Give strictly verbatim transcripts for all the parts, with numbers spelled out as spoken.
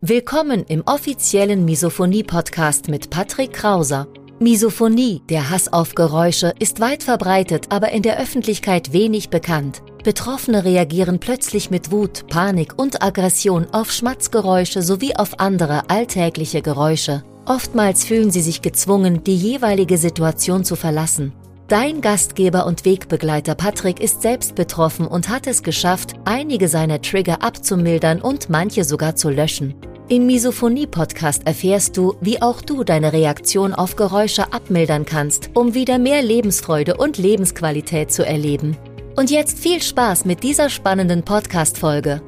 Willkommen im offiziellen Misophonie-Podcast mit Patrick Krauser. Misophonie, der Hass auf Geräusche, ist weit verbreitet, aber in der Öffentlichkeit wenig bekannt. Betroffene reagieren plötzlich mit Wut, Panik und Aggression auf Schmatzgeräusche sowie auf andere alltägliche Geräusche. Oftmals fühlen sie sich gezwungen, die jeweilige Situation zu verlassen. Dein Gastgeber und Wegbegleiter Patrick ist selbst betroffen und hat es geschafft, einige seiner Trigger abzumildern und manche sogar zu löschen. Im Misophonie-Podcast erfährst du, wie auch du deine Reaktion auf Geräusche abmildern kannst, um wieder mehr Lebensfreude und Lebensqualität zu erleben. Und jetzt viel Spaß mit dieser spannenden Podcast-Folge.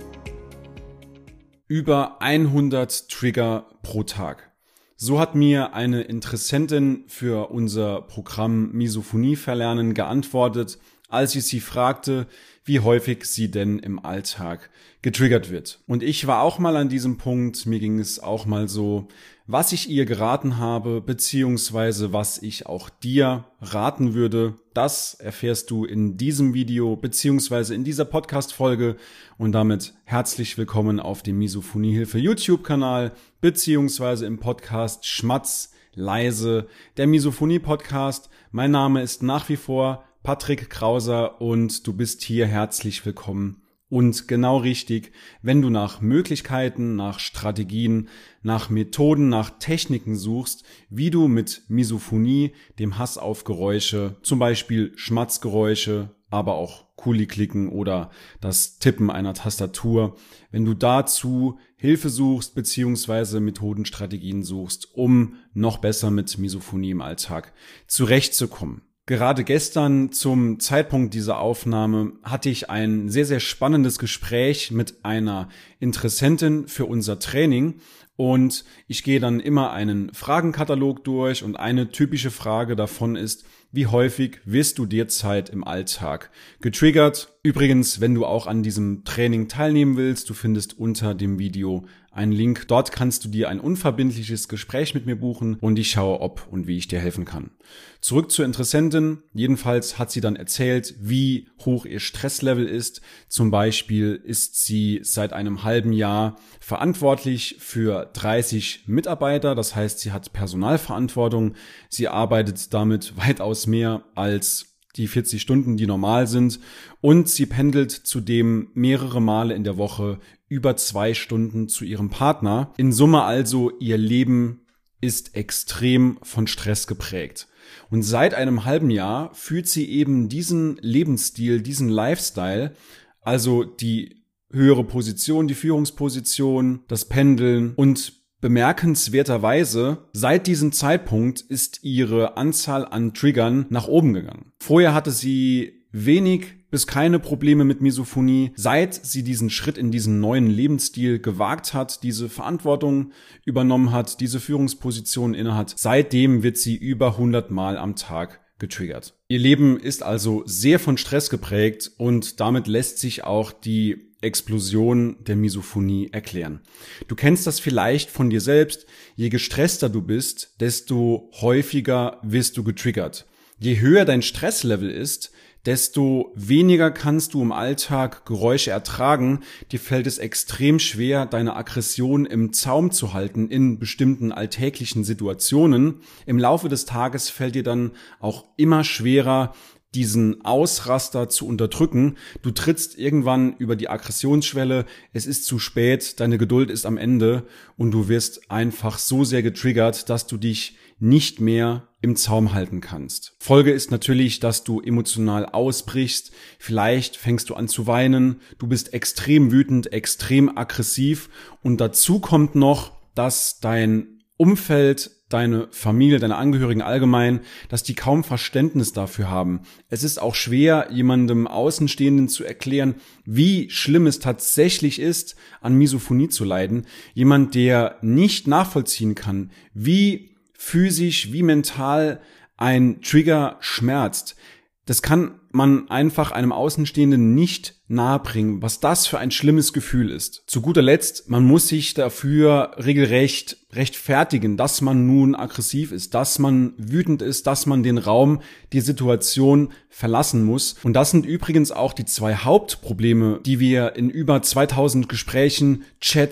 Über hundert Trigger pro Tag. So hat mir eine Interessentin für unser Programm Misophonie verlernen geantwortet, als ich sie fragte, wie häufig sie denn im Alltag getriggert wird. Und ich war auch mal an diesem Punkt, mir ging es auch mal so, was ich ihr geraten habe, beziehungsweise was ich auch dir raten würde, das erfährst du in diesem Video, beziehungsweise in dieser Podcast-Folge. Und damit herzlich willkommen auf dem Misophoniehilfe YouTube-Kanal, beziehungsweise im Podcast Schmatz leise, der Misophonie-Podcast. Mein Name ist nach wie vor Patrick Krauser und du bist hier herzlich willkommen und genau richtig, wenn du nach Möglichkeiten, nach Strategien, nach Methoden, nach Techniken suchst, wie du mit Misophonie, dem Hass auf Geräusche, zum Beispiel Schmatzgeräusche, aber auch Kuli-Klicken oder das Tippen einer Tastatur, wenn du dazu Hilfe suchst beziehungsweise Methodenstrategien suchst, um noch besser mit Misophonie im Alltag zurechtzukommen. Gerade gestern zum Zeitpunkt dieser Aufnahme hatte ich ein sehr, sehr spannendes Gespräch mit einer Interessentin für unser Training und ich gehe dann immer einen Fragenkatalog durch und eine typische Frage davon ist, wie häufig wirst du derzeit im Alltag getriggert? Übrigens, wenn du auch an diesem Training teilnehmen willst, du findest unter dem Video einen Link. Dort kannst du dir ein unverbindliches Gespräch mit mir buchen und ich schaue, ob und wie ich dir helfen kann. Zurück zur Interessentin. Jedenfalls hat sie dann erzählt, wie hoch ihr Stresslevel ist. Zum Beispiel ist sie seit einem halben Jahr verantwortlich für dreißig Mitarbeiter. Das heißt, sie hat Personalverantwortung. Sie arbeitet damit weitaus mehr als die vierzig Stunden, die normal sind. Und sie pendelt zudem mehrere Male in der Woche über zwei Stunden zu ihrem Partner. In Summe also, ihr Leben ist extrem von Stress geprägt. Und seit einem halben Jahr führt sie eben diesen Lebensstil, diesen Lifestyle, also die höhere Position, die Führungsposition, das Pendeln und bemerkenswerterweise, seit diesem Zeitpunkt ist ihre Anzahl an Triggern nach oben gegangen. Vorher hatte sie wenig bis keine Probleme mit Misophonie. Seit sie diesen Schritt in diesen neuen Lebensstil gewagt hat, diese Verantwortung übernommen hat, diese Führungsposition innehat, seitdem wird sie über hundert Mal am Tag getriggert. Ihr Leben ist also sehr von Stress geprägt und damit lässt sich auch die Explosion der Misophonie erklären. Du kennst das vielleicht von dir selbst. Je gestresster du bist, desto häufiger wirst du getriggert. Je höher dein Stresslevel ist, desto weniger kannst du im Alltag Geräusche ertragen. Dir fällt es extrem schwer, deine Aggression im Zaum zu halten in bestimmten alltäglichen Situationen. Im Laufe des Tages fällt dir dann auch immer schwerer, diesen Ausraster zu unterdrücken. Du trittst irgendwann über die Aggressionsschwelle, es ist zu spät, deine Geduld ist am Ende und du wirst einfach so sehr getriggert, dass du dich nicht mehr im Zaum halten kannst. Folge ist natürlich, dass du emotional ausbrichst, vielleicht fängst du an zu weinen, du bist extrem wütend, extrem aggressiv und dazu kommt noch, dass dein Umfeld, deine Familie, deine Angehörigen allgemein, dass die kaum Verständnis dafür haben. Es ist auch schwer, jemandem Außenstehenden zu erklären, wie schlimm es tatsächlich ist, an Misophonie zu leiden. Jemand, der nicht nachvollziehen kann, wie physisch, wie mental ein Trigger schmerzt. Das kann man einfach einem Außenstehenden nicht nahebringen, was das für ein schlimmes Gefühl ist. Zu guter Letzt, man muss sich dafür regelrecht rechtfertigen, dass man nun aggressiv ist, dass man wütend ist, dass man den Raum, die Situation verlassen muss. Und das sind übrigens auch die zwei Hauptprobleme, die wir in über zweitausend Gesprächen, Chats,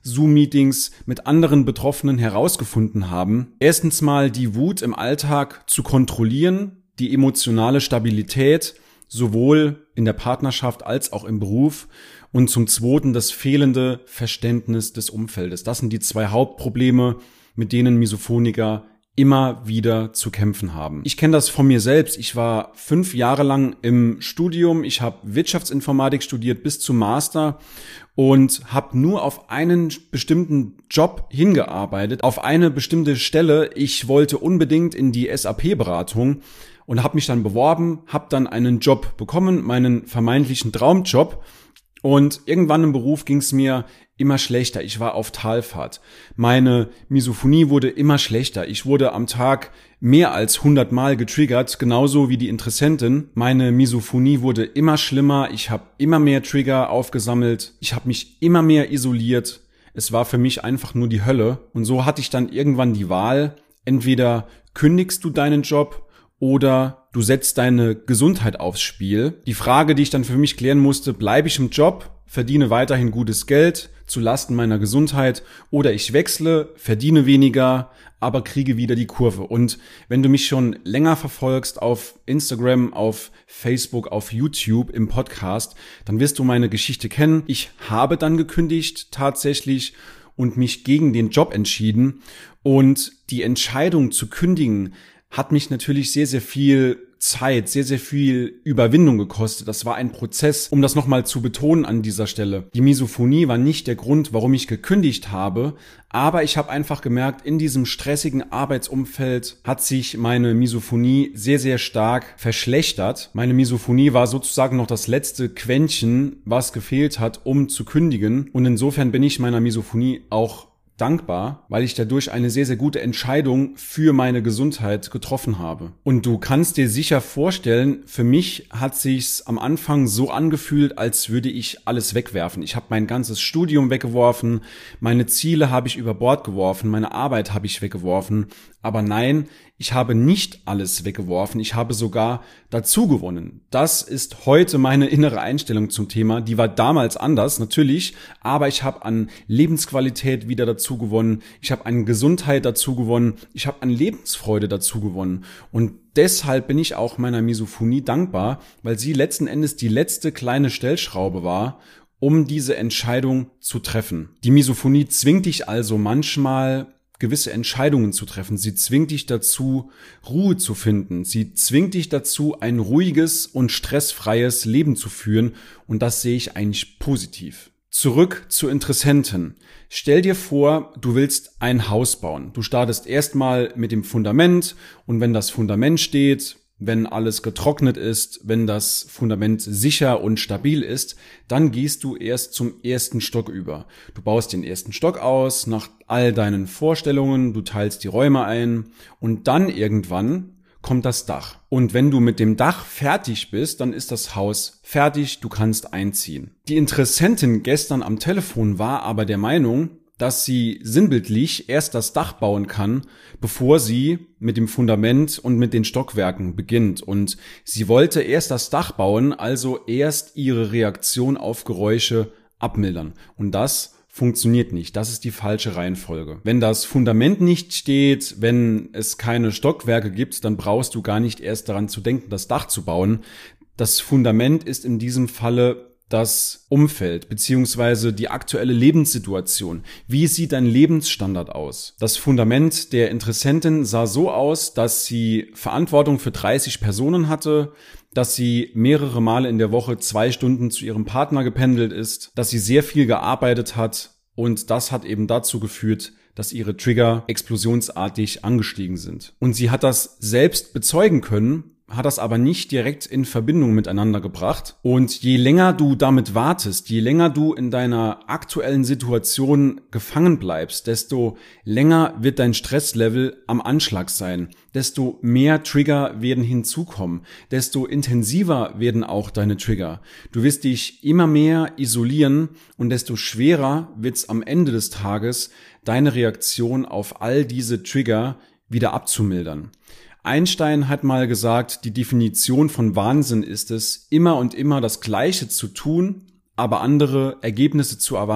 Zoom-Meetings mit anderen Betroffenen herausgefunden haben. Erstens mal die Wut im Alltag zu kontrollieren, die emotionale Stabilität, sowohl in der Partnerschaft als auch im Beruf, und zum Zweiten das fehlende Verständnis des Umfeldes. Das sind die zwei Hauptprobleme, mit denen Misophoniker immer wieder zu kämpfen haben. Ich kenne das von mir selbst. Ich war fünf Jahre lang im Studium. Ich habe Wirtschaftsinformatik studiert bis zum Master und habe nur auf einen bestimmten Job hingearbeitet, auf eine bestimmte Stelle. Ich wollte unbedingt in die S A P-Beratung und habe mich dann beworben, habe dann einen Job bekommen, meinen vermeintlichen Traumjob. Und irgendwann im Beruf ging es mir immer schlechter. Ich war auf Talfahrt. Meine Misophonie wurde immer schlechter. Ich wurde am Tag mehr als hundert Mal getriggert, genauso wie die Interessentin. Meine Misophonie wurde immer schlimmer. Ich habe immer mehr Trigger aufgesammelt. Ich habe mich immer mehr isoliert. Es war für mich einfach nur die Hölle. Und so hatte ich dann irgendwann die Wahl. Entweder kündigst du deinen Job oder du setzt deine Gesundheit aufs Spiel. Die Frage, die ich dann für mich klären musste: Bleibe ich im Job, verdiene weiterhin gutes Geld zu Lasten meiner Gesundheit, oder ich wechsle, verdiene weniger, aber kriege wieder die Kurve. Und wenn du mich schon länger verfolgst auf Instagram, auf Facebook, auf YouTube, im Podcast, dann wirst du meine Geschichte kennen. Ich habe dann gekündigt tatsächlich und mich gegen den Job entschieden. Und die Entscheidung zu kündigen hat mich natürlich sehr, sehr viel Zeit, sehr, sehr viel Überwindung gekostet. Das war ein Prozess, um das nochmal zu betonen an dieser Stelle. Die Misophonie war nicht der Grund, warum ich gekündigt habe, aber ich habe einfach gemerkt, in diesem stressigen Arbeitsumfeld hat sich meine Misophonie sehr, sehr stark verschlechtert. Meine Misophonie war sozusagen noch das letzte Quäntchen, was gefehlt hat, um zu kündigen. Und insofern bin ich meiner Misophonie auch dankbar, weil ich dadurch eine sehr, sehr gute Entscheidung für meine Gesundheit getroffen habe. Und du kannst dir sicher vorstellen, für mich hat sich's am Anfang so angefühlt, als würde ich alles wegwerfen. Ich habe mein ganzes Studium weggeworfen, meine Ziele habe ich über Bord geworfen, meine Arbeit habe ich weggeworfen. Aber nein, ich habe nicht alles weggeworfen, ich habe sogar dazu gewonnen. Das ist heute meine innere Einstellung zum Thema. Die war damals anders, natürlich, aber ich habe an Lebensqualität wieder dazu gewonnen, ich habe an Gesundheit dazu gewonnen, ich habe an Lebensfreude dazu gewonnen. Und deshalb bin ich auch meiner Misophonie dankbar, weil sie letzten Endes die letzte kleine Stellschraube war, um diese Entscheidung zu treffen. Die Misophonie zwingt dich also manchmal, gewisse Entscheidungen zu treffen. Sie zwingt dich dazu, Ruhe zu finden. Sie zwingt dich dazu, ein ruhiges und stressfreies Leben zu führen. Und das sehe ich eigentlich positiv. Zurück zu Interessenten. Stell dir vor, du willst ein Haus bauen. Du startest erstmal mit dem Fundament, und wenn das Fundament steht, wenn alles getrocknet ist, wenn das Fundament sicher und stabil ist, dann gehst du erst zum ersten Stock über. Du baust den ersten Stock aus nach all deinen Vorstellungen, du teilst die Räume ein, und dann irgendwann kommt das Dach. Und wenn du mit dem Dach fertig bist, dann ist das Haus fertig, du kannst einziehen. Die Interessentin gestern am Telefon war aber der Meinung, dass sie sinnbildlich erst das Dach bauen kann, bevor sie mit dem Fundament und mit den Stockwerken beginnt. Und sie wollte erst das Dach bauen, also erst ihre Reaktion auf Geräusche abmildern. Und das funktioniert nicht. Das ist die falsche Reihenfolge. Wenn das Fundament nicht steht, wenn es keine Stockwerke gibt, dann brauchst du gar nicht erst daran zu denken, das Dach zu bauen. Das Fundament ist in diesem Falle das Umfeld beziehungsweise die aktuelle Lebenssituation. Wie sieht dein Lebensstandard aus? Das Fundament der Interessentin sah so aus, dass sie Verantwortung für dreißig Personen hatte, dass sie mehrere Male in der Woche zwei Stunden zu ihrem Partner gependelt ist, dass sie sehr viel gearbeitet hat, und das hat eben dazu geführt, dass ihre Trigger explosionsartig angestiegen sind. Und sie hat das selbst bezeugen können, hat das aber nicht direkt in Verbindung miteinander gebracht. Und je länger du damit wartest, je länger du in deiner aktuellen Situation gefangen bleibst, desto länger wird dein Stresslevel am Anschlag sein, desto mehr Trigger werden hinzukommen, desto intensiver werden auch deine Trigger. Du wirst dich immer mehr isolieren, und desto schwerer wird es am Ende des Tages, deine Reaktion auf all diese Trigger wieder abzumildern. Einstein hat mal gesagt, die Definition von Wahnsinn ist es, immer und immer das Gleiche zu tun, aber andere Ergebnisse zu erwarten.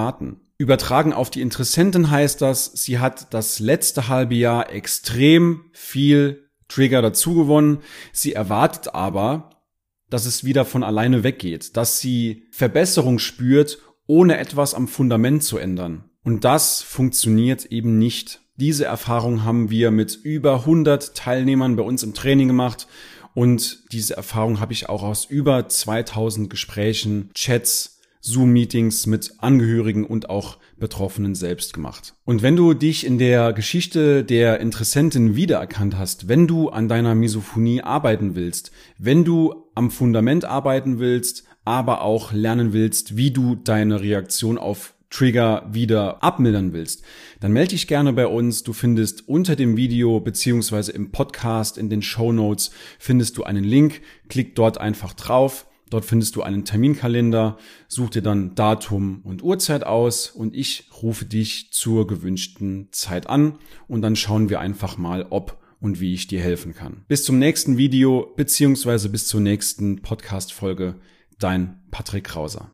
Übertragen auf die Interessenten heißt das, sie hat das letzte halbe Jahr extrem viel Trigger dazu gewonnen. Sie erwartet aber, dass es wieder von alleine weggeht, dass sie Verbesserung spürt, ohne etwas am Fundament zu ändern. Und das funktioniert eben nicht. Diese Erfahrung haben wir mit über hundert Teilnehmern bei uns im Training gemacht und diese Erfahrung habe ich auch aus über zweitausend Gesprächen, Chats, Zoom-Meetings mit Angehörigen und auch Betroffenen selbst gemacht. Und wenn du dich in der Geschichte der Interessentin wiedererkannt hast, wenn du an deiner Misophonie arbeiten willst, wenn du am Fundament arbeiten willst, aber auch lernen willst, wie du deine Reaktion auf Trigger wieder abmildern willst, dann melde dich gerne bei uns. Du findest unter dem Video beziehungsweise im Podcast in den Shownotes findest du einen Link. Klick dort einfach drauf. Dort findest du einen Terminkalender. Such dir dann Datum und Uhrzeit aus und ich rufe dich zur gewünschten Zeit an und dann schauen wir einfach mal, ob und wie ich dir helfen kann. Bis zum nächsten Video beziehungsweise bis zur nächsten Podcast-Folge. Dein Patrick Krauser.